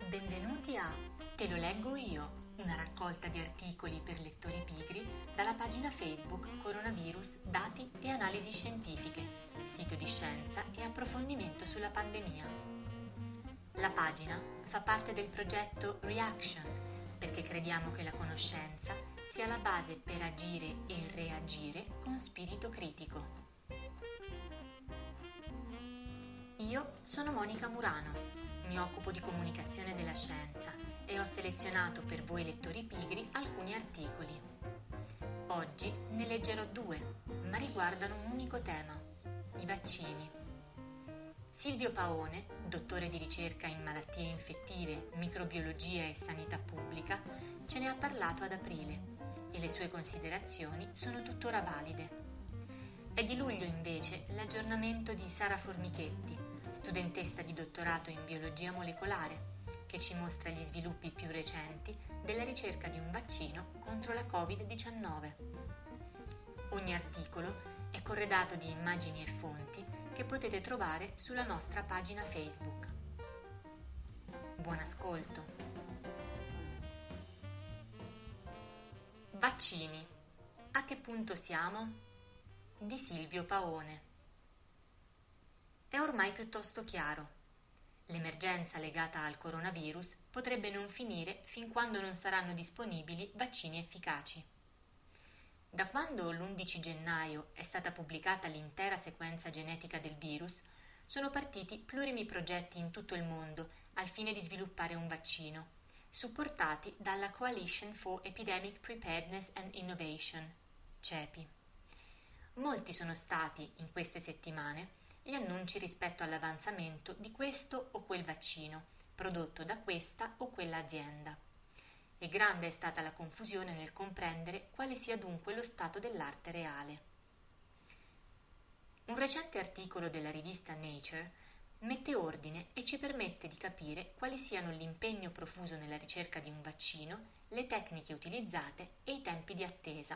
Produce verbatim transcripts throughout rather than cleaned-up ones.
Benvenuti a Te lo leggo io, una raccolta di articoli per lettori pigri dalla pagina Facebook Coronavirus, dati e analisi scientifiche, sito di scienza e approfondimento sulla pandemia. La pagina fa parte del progetto Reaction perché crediamo che la conoscenza sia la base per agire e reagire con spirito critico. Io sono Monica Murano. Mi occupo di comunicazione della scienza e ho selezionato per voi lettori pigri alcuni articoli. Oggi ne leggerò due, ma riguardano un unico tema, i vaccini. Silvio Paone, dottore di ricerca in malattie infettive, microbiologia e sanità pubblica, ce ne ha parlato ad aprile e le sue considerazioni sono tuttora valide. È di luglio invece l'aggiornamento di Sara Formichetti, studentessa di dottorato in biologia molecolare, che ci mostra gli sviluppi più recenti della ricerca di un vaccino contro la covid diciannove. Ogni articolo è corredato di immagini e fonti che potete trovare sulla nostra pagina Facebook. Buon ascolto! Vaccini. A che punto siamo? Di Silvio Paone. È ormai piuttosto chiaro. L'emergenza legata al coronavirus potrebbe non finire fin quando non saranno disponibili vaccini efficaci. Da quando l'undici gennaio è stata pubblicata l'intera sequenza genetica del virus, sono partiti plurimi progetti in tutto il mondo al fine di sviluppare un vaccino, supportati dalla Coalition for Epidemic Preparedness and Innovation, C E P I. Molti sono stati, in queste settimane, gli annunci rispetto all'avanzamento di questo o quel vaccino, prodotto da questa o quella azienda. E grande è stata la confusione nel comprendere quale sia dunque lo stato dell'arte reale. Un recente articolo della rivista Nature mette ordine e ci permette di capire quali siano l'impegno profuso nella ricerca di un vaccino, le tecniche utilizzate e i tempi di attesa.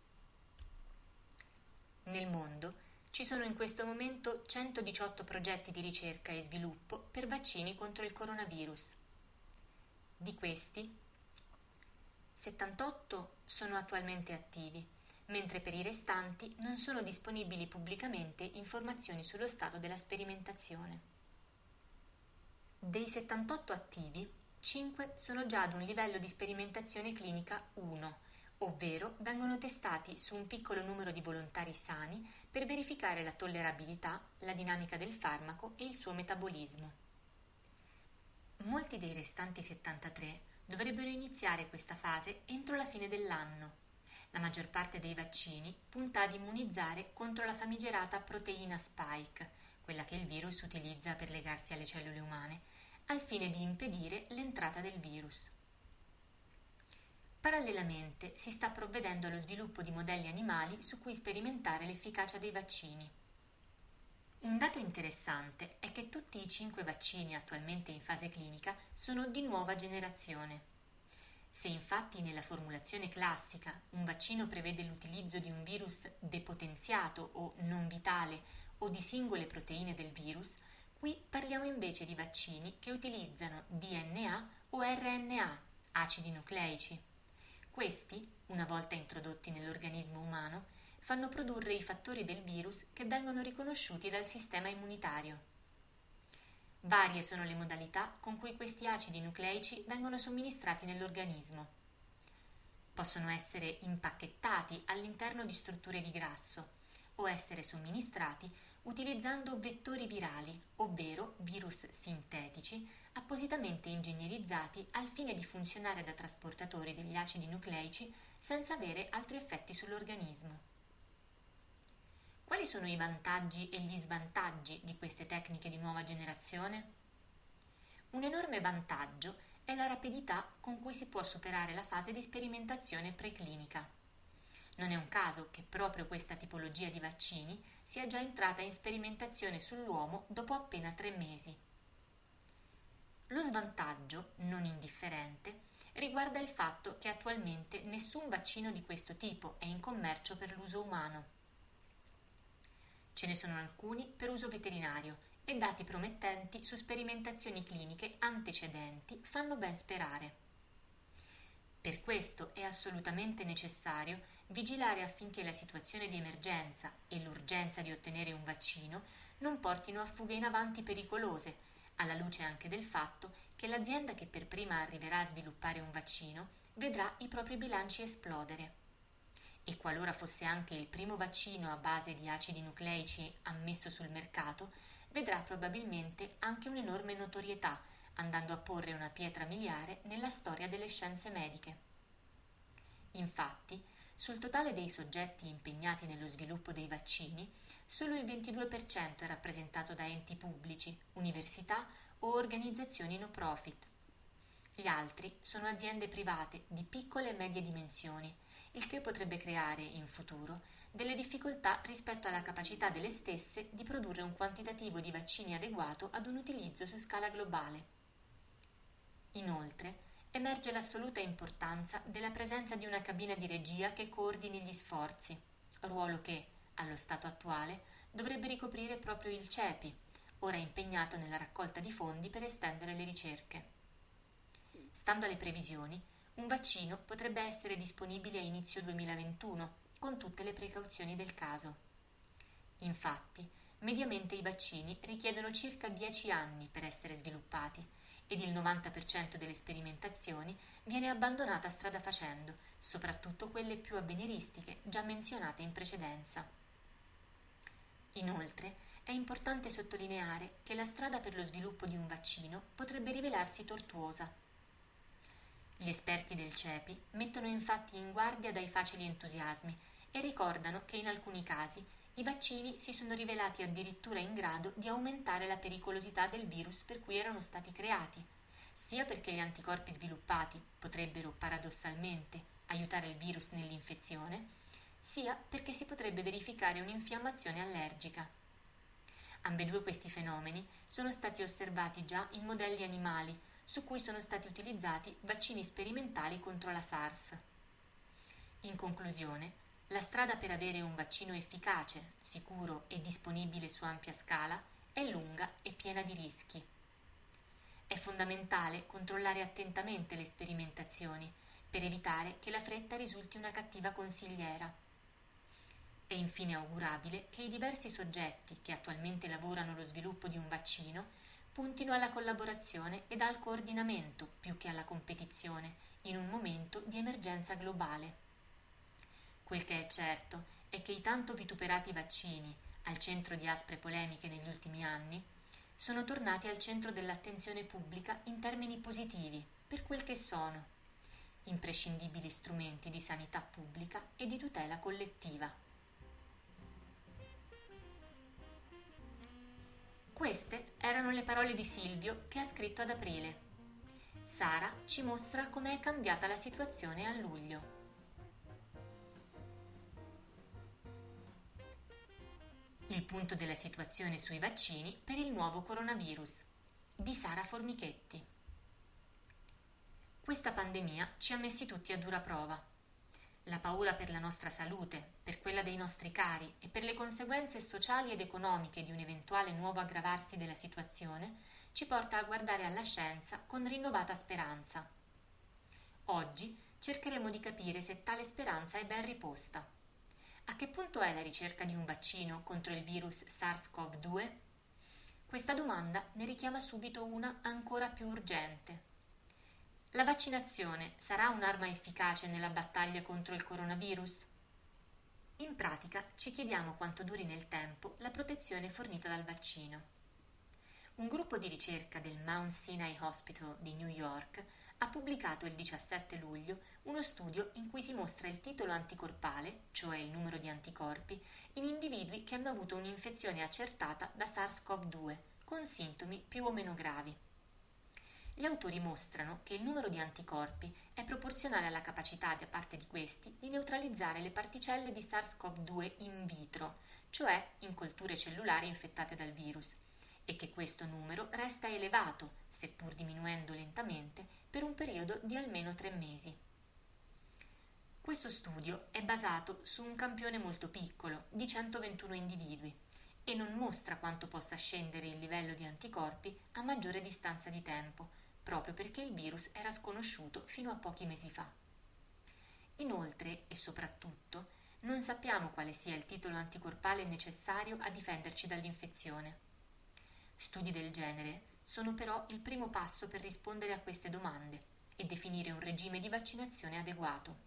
Nel mondo ci sono in questo momento centodiciotto progetti di ricerca e sviluppo per vaccini contro il coronavirus. Di questi, settantotto sono attualmente attivi, mentre per i restanti non sono disponibili pubblicamente informazioni sullo stato della sperimentazione. Dei settantotto attivi, cinque sono già ad un livello di sperimentazione clinica uno, ovvero vengono testati su un piccolo numero di volontari sani per verificare la tollerabilità, la dinamica del farmaco e il suo metabolismo. Molti dei restanti settantatré dovrebbero iniziare questa fase entro la fine dell'anno. La maggior parte dei vaccini punta ad immunizzare contro la famigerata proteina spike, quella che il virus utilizza per legarsi alle cellule umane, al fine di impedire l'entrata del virus. Parallelamente si sta provvedendo allo sviluppo di modelli animali su cui sperimentare l'efficacia dei vaccini. Un dato interessante è che tutti i cinque vaccini attualmente in fase clinica sono di nuova generazione. Se infatti nella formulazione classica un vaccino prevede l'utilizzo di un virus depotenziato o non vitale o di singole proteine del virus, qui parliamo invece di vaccini che utilizzano D N A o R N A, acidi nucleici. Questi, una volta introdotti nell'organismo umano, fanno produrre i fattori del virus che vengono riconosciuti dal sistema immunitario. Varie sono le modalità con cui questi acidi nucleici vengono somministrati nell'organismo. Possono essere impacchettati all'interno di strutture di grasso o essere somministrati utilizzando vettori virali, ovvero virus sintetici, appositamente ingegnerizzati al fine di funzionare da trasportatori degli acidi nucleici senza avere altri effetti sull'organismo. Quali sono i vantaggi e gli svantaggi di queste tecniche di nuova generazione? Un enorme vantaggio è la rapidità con cui si può superare la fase di sperimentazione preclinica. Non è un caso che proprio questa tipologia di vaccini sia già entrata in sperimentazione sull'uomo dopo appena tre mesi. Lo svantaggio, non indifferente, riguarda il fatto che attualmente nessun vaccino di questo tipo è in commercio per l'uso umano. Ce ne sono alcuni per uso veterinario e dati promettenti su sperimentazioni cliniche antecedenti fanno ben sperare. Per questo è assolutamente necessario vigilare affinché la situazione di emergenza e l'urgenza di ottenere un vaccino non portino a fughe in avanti pericolose, alla luce anche del fatto che l'azienda che per prima arriverà a sviluppare un vaccino vedrà i propri bilanci esplodere. E qualora fosse anche il primo vaccino a base di acidi nucleici ammesso sul mercato, vedrà probabilmente anche un'enorme notorietà, andando a porre una pietra miliare nella storia delle scienze mediche. Infatti, sul totale dei soggetti impegnati nello sviluppo dei vaccini, solo il ventidue per cento è rappresentato da enti pubblici, università o organizzazioni no profit. Gli altri sono aziende private di piccole e medie dimensioni, il che potrebbe creare, in futuro, delle difficoltà rispetto alla capacità delle stesse di produrre un quantitativo di vaccini adeguato ad un utilizzo su scala globale. Inoltre, emerge l'assoluta importanza della presenza di una cabina di regia che coordini gli sforzi, ruolo che, allo stato attuale, dovrebbe ricoprire proprio il C E P I, ora impegnato nella raccolta di fondi per estendere le ricerche. Stando alle previsioni, un vaccino potrebbe essere disponibile a inizio duemilaventuno, con tutte le precauzioni del caso. Infatti, mediamente i vaccini richiedono circa dieci anni per essere sviluppati ed il novanta per cento delle sperimentazioni viene abbandonata strada facendo, soprattutto quelle più avveniristiche già menzionate in precedenza. Inoltre, è importante sottolineare che la strada per lo sviluppo di un vaccino potrebbe rivelarsi tortuosa. Gli esperti del C E P I mettono infatti in guardia dai facili entusiasmi e ricordano che in alcuni casi i vaccini si sono rivelati addirittura in grado di aumentare la pericolosità del virus per cui erano stati creati, sia perché gli anticorpi sviluppati potrebbero paradossalmente aiutare il virus nell'infezione, sia perché si potrebbe verificare un'infiammazione allergica. Ambedue questi fenomeni sono stati osservati già in modelli animali, su cui sono stati utilizzati vaccini sperimentali contro la SARS. In conclusione, la strada per avere un vaccino efficace, sicuro e disponibile su ampia scala è lunga e piena di rischi. È fondamentale controllare attentamente le sperimentazioni per evitare che la fretta risulti una cattiva consigliera. È infine augurabile che i diversi soggetti che attualmente lavorano allo sviluppo di un vaccino puntino alla collaborazione ed al coordinamento più che alla competizione in un momento di emergenza globale. Quel che è certo è che i tanto vituperati vaccini, al centro di aspre polemiche negli ultimi anni, sono tornati al centro dell'attenzione pubblica in termini positivi, per quel che sono, imprescindibili strumenti di sanità pubblica e di tutela collettiva. Queste erano le parole di Silvio che ha scritto ad aprile. Sara ci mostra com'è cambiata la situazione a luglio. Il punto della situazione sui vaccini per il nuovo coronavirus di Sara Formichetti. Questa pandemia ci ha messi tutti a dura prova. La paura per la nostra salute, per quella dei nostri cari e per le conseguenze sociali ed economiche di un eventuale nuovo aggravarsi della situazione ci porta a guardare alla scienza con rinnovata speranza. Oggi cercheremo di capire se tale speranza è ben riposta. A che punto è la ricerca di un vaccino contro il virus SARS-CoV due? Questa domanda ne richiama subito una ancora più urgente. La vaccinazione sarà un'arma efficace nella battaglia contro il coronavirus? In pratica ci chiediamo quanto duri nel tempo la protezione fornita dal vaccino. Un gruppo di ricerca del Mount Sinai Hospital di New York ha pubblicato il diciassette luglio uno studio in cui si mostra il titolo anticorpale, cioè il numero di anticorpi, in individui che hanno avuto un'infezione accertata da SARS-CoV due, con sintomi più o meno gravi. Gli autori mostrano che il numero di anticorpi è proporzionale alla capacità da parte di questi di neutralizzare le particelle di SARS-CoV due in vitro, cioè in colture cellulari infettate dal virus, e che questo numero resta elevato, seppur diminuendo lentamente, per un periodo di almeno tre mesi. Questo studio è basato su un campione molto piccolo, di centoventuno individui, e non mostra quanto possa scendere il livello di anticorpi a maggiore distanza di tempo, proprio perché il virus era sconosciuto fino a pochi mesi fa. Inoltre, e soprattutto, non sappiamo quale sia il titolo anticorpale necessario a difenderci dall'infezione. Studi del genere sono però il primo passo per rispondere a queste domande e definire un regime di vaccinazione adeguato.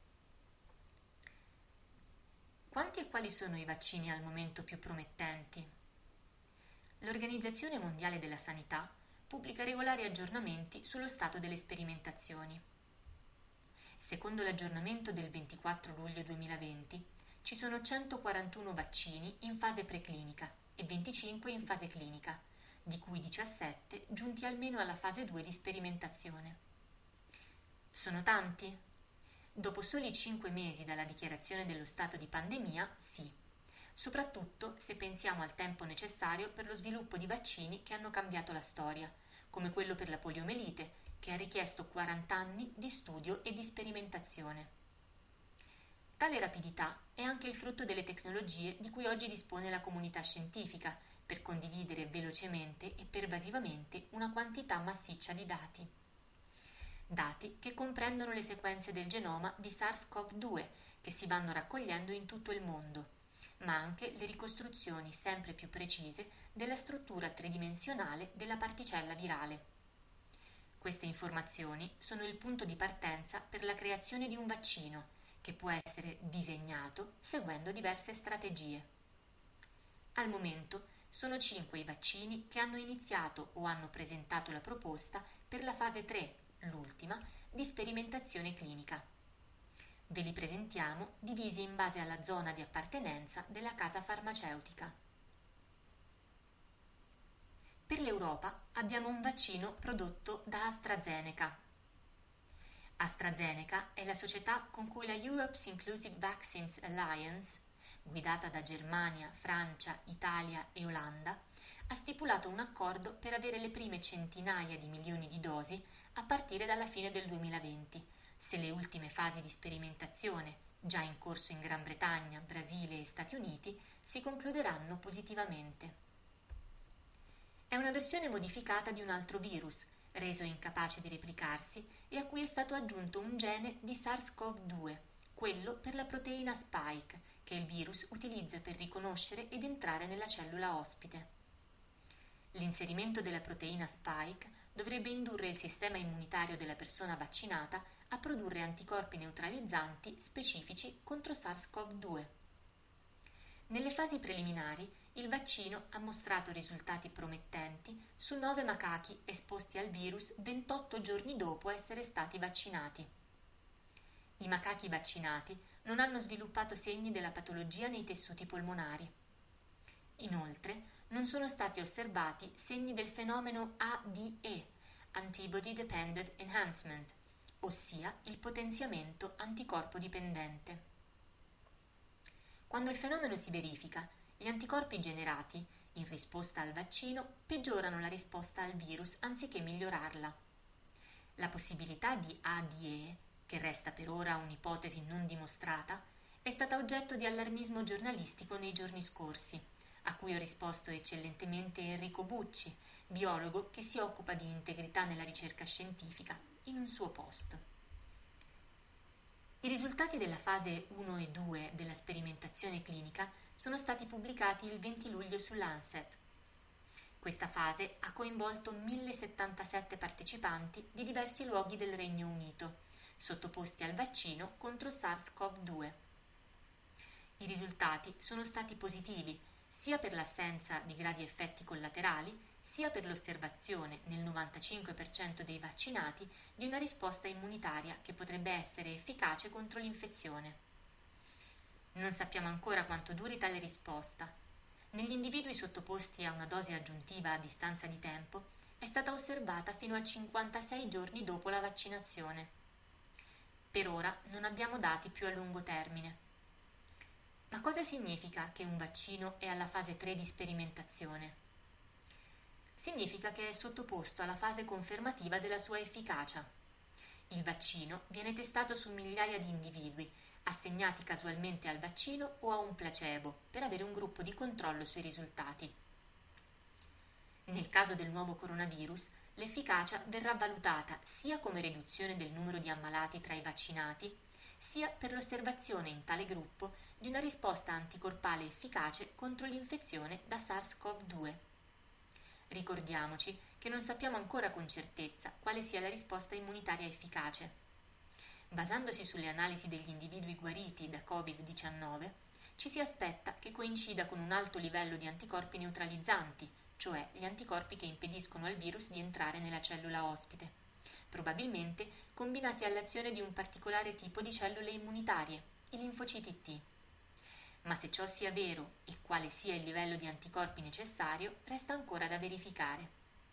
Quanti e quali sono i vaccini al momento più promettenti? L'Organizzazione Mondiale della Sanità pubblica regolari aggiornamenti sullo stato delle sperimentazioni. Secondo l'aggiornamento del ventiquattro luglio duemilaventi, ci sono centoquarantuno vaccini in fase preclinica e venticinque in fase clinica, di cui diciassette giunti almeno alla fase due di sperimentazione. Sono tanti? Dopo soli cinque mesi dalla dichiarazione dello stato di pandemia, sì, soprattutto se pensiamo al tempo necessario per lo sviluppo di vaccini che hanno cambiato la storia, come quello per la poliomelite, che ha richiesto quaranta anni di studio e di sperimentazione. Tale rapidità è anche il frutto delle tecnologie di cui oggi dispone la comunità scientifica per condividere velocemente e pervasivamente una quantità massiccia di dati. Dati che comprendono le sequenze del genoma di SARS-CoV due che si vanno raccogliendo in tutto il mondo, ma anche le ricostruzioni sempre più precise della struttura tridimensionale della particella virale. Queste informazioni sono il punto di partenza per la creazione di un vaccino che può essere disegnato seguendo diverse strategie. Al momento sono cinque i vaccini che hanno iniziato o hanno presentato la proposta per la fase tre, l'ultima, di sperimentazione clinica. Ve li presentiamo divisi in base alla zona di appartenenza della casa farmaceutica. Per l'Europa abbiamo un vaccino prodotto da AstraZeneca. AstraZeneca è la società con cui la Europe's Inclusive Vaccines Alliance, guidata da Germania, Francia, Italia e Olanda, ha stipulato un accordo per avere le prime centinaia di milioni di dosi a partire dalla fine del duemilaventi, se le ultime fasi di sperimentazione, già in corso in Gran Bretagna, Brasile e Stati Uniti, si concluderanno positivamente. È una versione modificata di un altro virus, reso incapace di replicarsi e a cui è stato aggiunto un gene di SARS-CoV due, quello per la proteina spike, che il virus utilizza per riconoscere ed entrare nella cellula ospite. L'inserimento della proteina spike dovrebbe indurre il sistema immunitario della persona vaccinata a produrre anticorpi neutralizzanti specifici contro SARS-CoV due. Nelle fasi preliminari, il vaccino ha mostrato risultati promettenti su nove macachi esposti al virus ventotto giorni dopo essere stati vaccinati. I macachi vaccinati non hanno sviluppato segni della patologia nei tessuti polmonari. Inoltre, non sono stati osservati segni del fenomeno A D E, Antibody Dependent Enhancement, ossia il potenziamento anticorpo dipendente. Quando il fenomeno si verifica, gli anticorpi generati, in risposta al vaccino, peggiorano la risposta al virus anziché migliorarla. La possibilità di A D E, che resta per ora un'ipotesi non dimostrata, è stata oggetto di allarmismo giornalistico nei giorni scorsi, a cui ha risposto eccellentemente Enrico Bucci, biologo che si occupa di integrità nella ricerca scientifica, in un suo post. I risultati della fase uno e due della sperimentazione clinica sono stati pubblicati il venti luglio su Lancet. Questa fase ha coinvolto millesettantasette partecipanti di diversi luoghi del Regno Unito, sottoposti al vaccino contro SARS-CoV due. I risultati sono stati positivi sia per l'assenza di gravi effetti collaterali, sia per l'osservazione nel novantacinque per cento dei vaccinati di una risposta immunitaria che potrebbe essere efficace contro l'infezione. Non sappiamo ancora quanto duri tale risposta. Negli individui sottoposti a una dose aggiuntiva a distanza di tempo è stata osservata fino a cinquantasei giorni dopo la vaccinazione. Per ora non abbiamo dati più a lungo termine. Ma cosa significa che un vaccino è alla fase tre di sperimentazione? Significa che è sottoposto alla fase confermativa della sua efficacia. Il vaccino viene testato su migliaia di individui, assegnati casualmente al vaccino o a un placebo per avere un gruppo di controllo sui risultati. Nel caso del nuovo coronavirus, l'efficacia verrà valutata sia come riduzione del numero di ammalati tra i vaccinati, sia per l'osservazione in tale gruppo di una risposta anticorpale efficace contro l'infezione da SARS-CoV due. Ricordiamoci che non sappiamo ancora con certezza quale sia la risposta immunitaria efficace. Basandosi sulle analisi degli individui guariti da covid diciannove, ci si aspetta che coincida con un alto livello di anticorpi neutralizzanti, cioè gli anticorpi che impediscono al virus di entrare nella cellula ospite, probabilmente combinati all'azione di un particolare tipo di cellule immunitarie, i linfociti T. Ma se ciò sia vero e quale sia il livello di anticorpi necessario, resta ancora da verificare.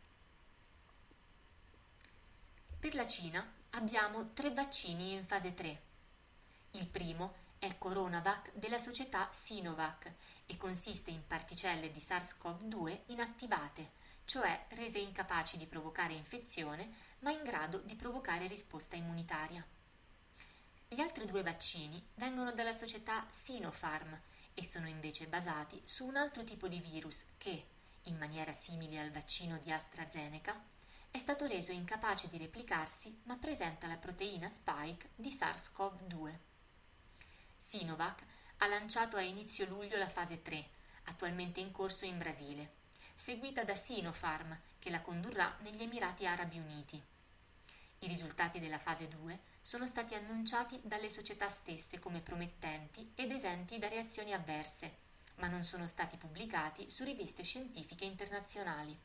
Per la Cina abbiamo tre vaccini in fase tre. Il primo è Coronavac della società Sinovac e consiste in particelle di SARS-CoV due inattivate, cioè rese incapaci di provocare infezione, ma in grado di provocare risposta immunitaria. Gli altri due vaccini vengono dalla società Sinopharm e sono invece basati su un altro tipo di virus che, in maniera simile al vaccino di AstraZeneca, è stato reso incapace di replicarsi ma presenta la proteina spike di SARS-CoV due. Sinovac ha lanciato a inizio luglio la fase tre, attualmente in corso in Brasile, seguita da Sinopharm che la condurrà negli Emirati Arabi Uniti. I risultati della fase due sono stati annunciati dalle società stesse come promettenti ed esenti da reazioni avverse, ma non sono stati pubblicati su riviste scientifiche internazionali.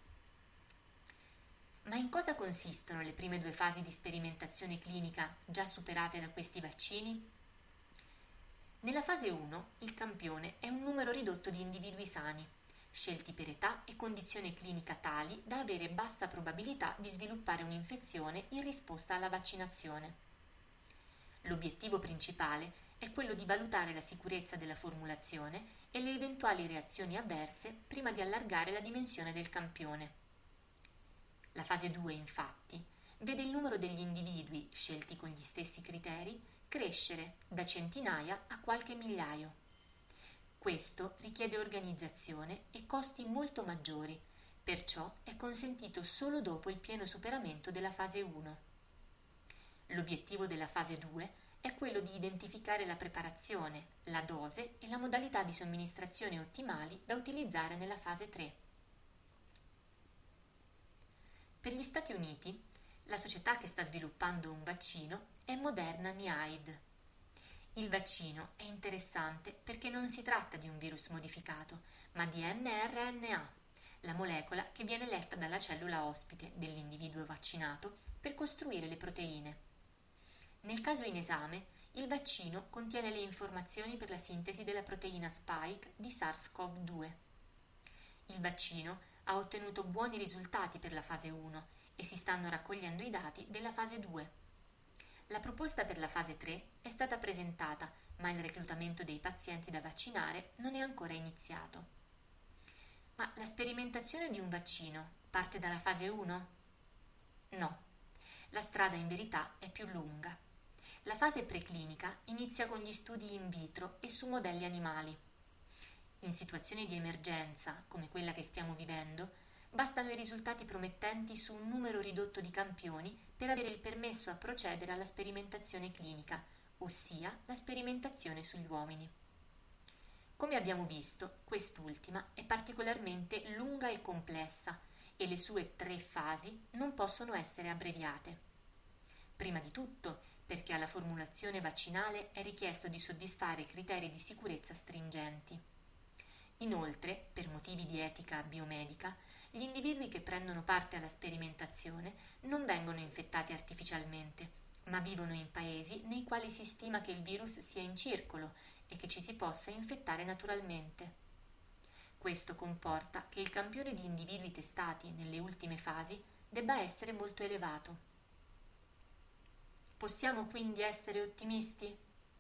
Ma in cosa consistono le prime due fasi di sperimentazione clinica già superate da questi vaccini? Nella fase uno il campione è un numero ridotto di individui sani, scelti per età e condizione clinica tali da avere bassa probabilità di sviluppare un'infezione in risposta alla vaccinazione. L'obiettivo principale è quello di valutare la sicurezza della formulazione e le eventuali reazioni avverse prima di allargare la dimensione del campione. La fase due, infatti, vede il numero degli individui, scelti con gli stessi criteri, crescere da centinaia a qualche migliaio. Questo richiede organizzazione e costi molto maggiori, perciò è consentito solo dopo il pieno superamento della fase uno. L'obiettivo della fase due è quello di identificare la preparazione, la dose e la modalità di somministrazione ottimali da utilizzare nella fase tre. Per gli Stati Uniti, la società che sta sviluppando un vaccino è Moderna Neide. Il vaccino è interessante perché non si tratta di un virus modificato, ma di mRNA, la molecola che viene letta dalla cellula ospite dell'individuo vaccinato per costruire le proteine. Nel caso in esame, il vaccino contiene le informazioni per la sintesi della proteina spike di SARS-CoV due. Il vaccino ha ottenuto buoni risultati per la fase uno e si stanno raccogliendo i dati della fase due. La proposta per la fase tre è stata presentata, ma il reclutamento dei pazienti da vaccinare non è ancora iniziato. Ma la sperimentazione di un vaccino parte dalla fase uno? No, la strada in verità è più lunga. La fase preclinica inizia con gli studi in vitro e su modelli animali. In situazioni di emergenza, come quella che stiamo vivendo, bastano i risultati promettenti su un numero ridotto di campioni per avere il permesso a procedere alla sperimentazione clinica, ossia la sperimentazione sugli uomini. Come abbiamo visto, quest'ultima è particolarmente lunga e complessa e le sue tre fasi non possono essere abbreviate. Prima di tutto, perché alla formulazione vaccinale è richiesto di soddisfare criteri di sicurezza stringenti. Inoltre, per motivi di etica biomedica, gli individui che prendono parte alla sperimentazione non vengono infettati artificialmente, ma vivono in paesi nei quali si stima che il virus sia in circolo e che ci si possa infettare naturalmente. Questo comporta che il campione di individui testati nelle ultime fasi debba essere molto elevato. Possiamo quindi essere ottimisti?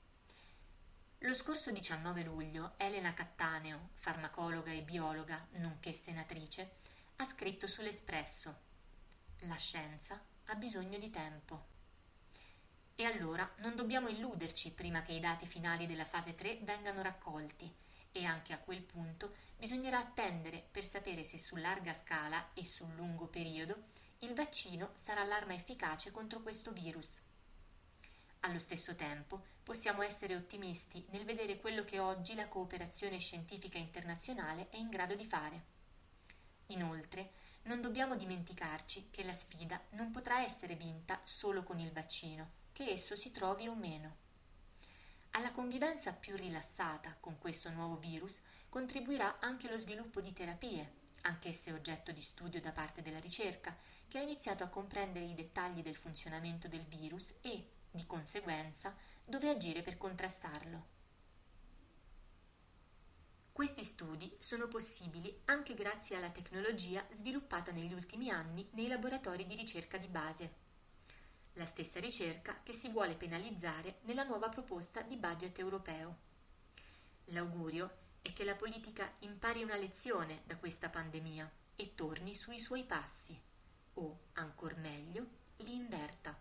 Lo scorso diciannove luglio Elena Cattaneo, farmacologa e biologa, nonché senatrice, ha scritto sull'Espresso: «La scienza ha bisogno di tempo». E allora non dobbiamo illuderci prima che i dati finali della fase tre vengano raccolti, e anche a quel punto bisognerà attendere per sapere se su larga scala e sul lungo periodo il vaccino sarà l'arma efficace contro questo virus. Allo stesso tempo possiamo essere ottimisti nel vedere quello che oggi la cooperazione scientifica internazionale è in grado di fare. Inoltre, non dobbiamo dimenticarci che la sfida non potrà essere vinta solo con il vaccino, che esso si trovi o meno. Alla convivenza più rilassata con questo nuovo virus contribuirà anche lo sviluppo di terapie, anch'esse oggetto di studio da parte della ricerca, che ha iniziato a comprendere i dettagli del funzionamento del virus e, di conseguenza, dove agire per contrastarlo. Questi studi sono possibili anche grazie alla tecnologia sviluppata negli ultimi anni nei laboratori di ricerca di base. La stessa ricerca che si vuole penalizzare nella nuova proposta di budget europeo. L'augurio è che la politica impari una lezione da questa pandemia e torni sui suoi passi, o, ancor meglio, li inverta.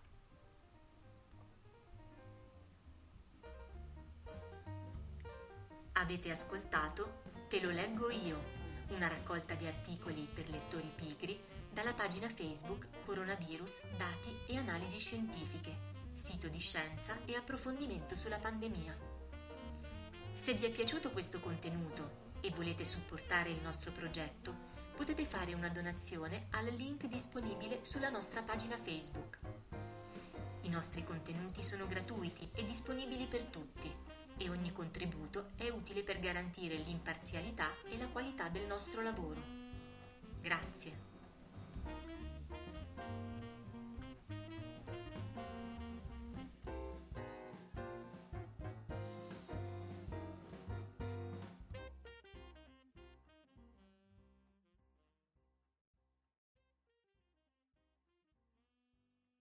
Avete ascoltato Te lo leggo io, una raccolta di articoli per lettori pigri dalla pagina Facebook Coronavirus, dati e analisi scientifiche, sito di scienza e approfondimento sulla pandemia. Se vi è piaciuto questo contenuto e volete supportare il nostro progetto, potete fare una donazione al link disponibile sulla nostra pagina Facebook. I nostri contenuti sono gratuiti e disponibili per tutti, e ogni contributo è utile per garantire l'imparzialità e la qualità del nostro lavoro.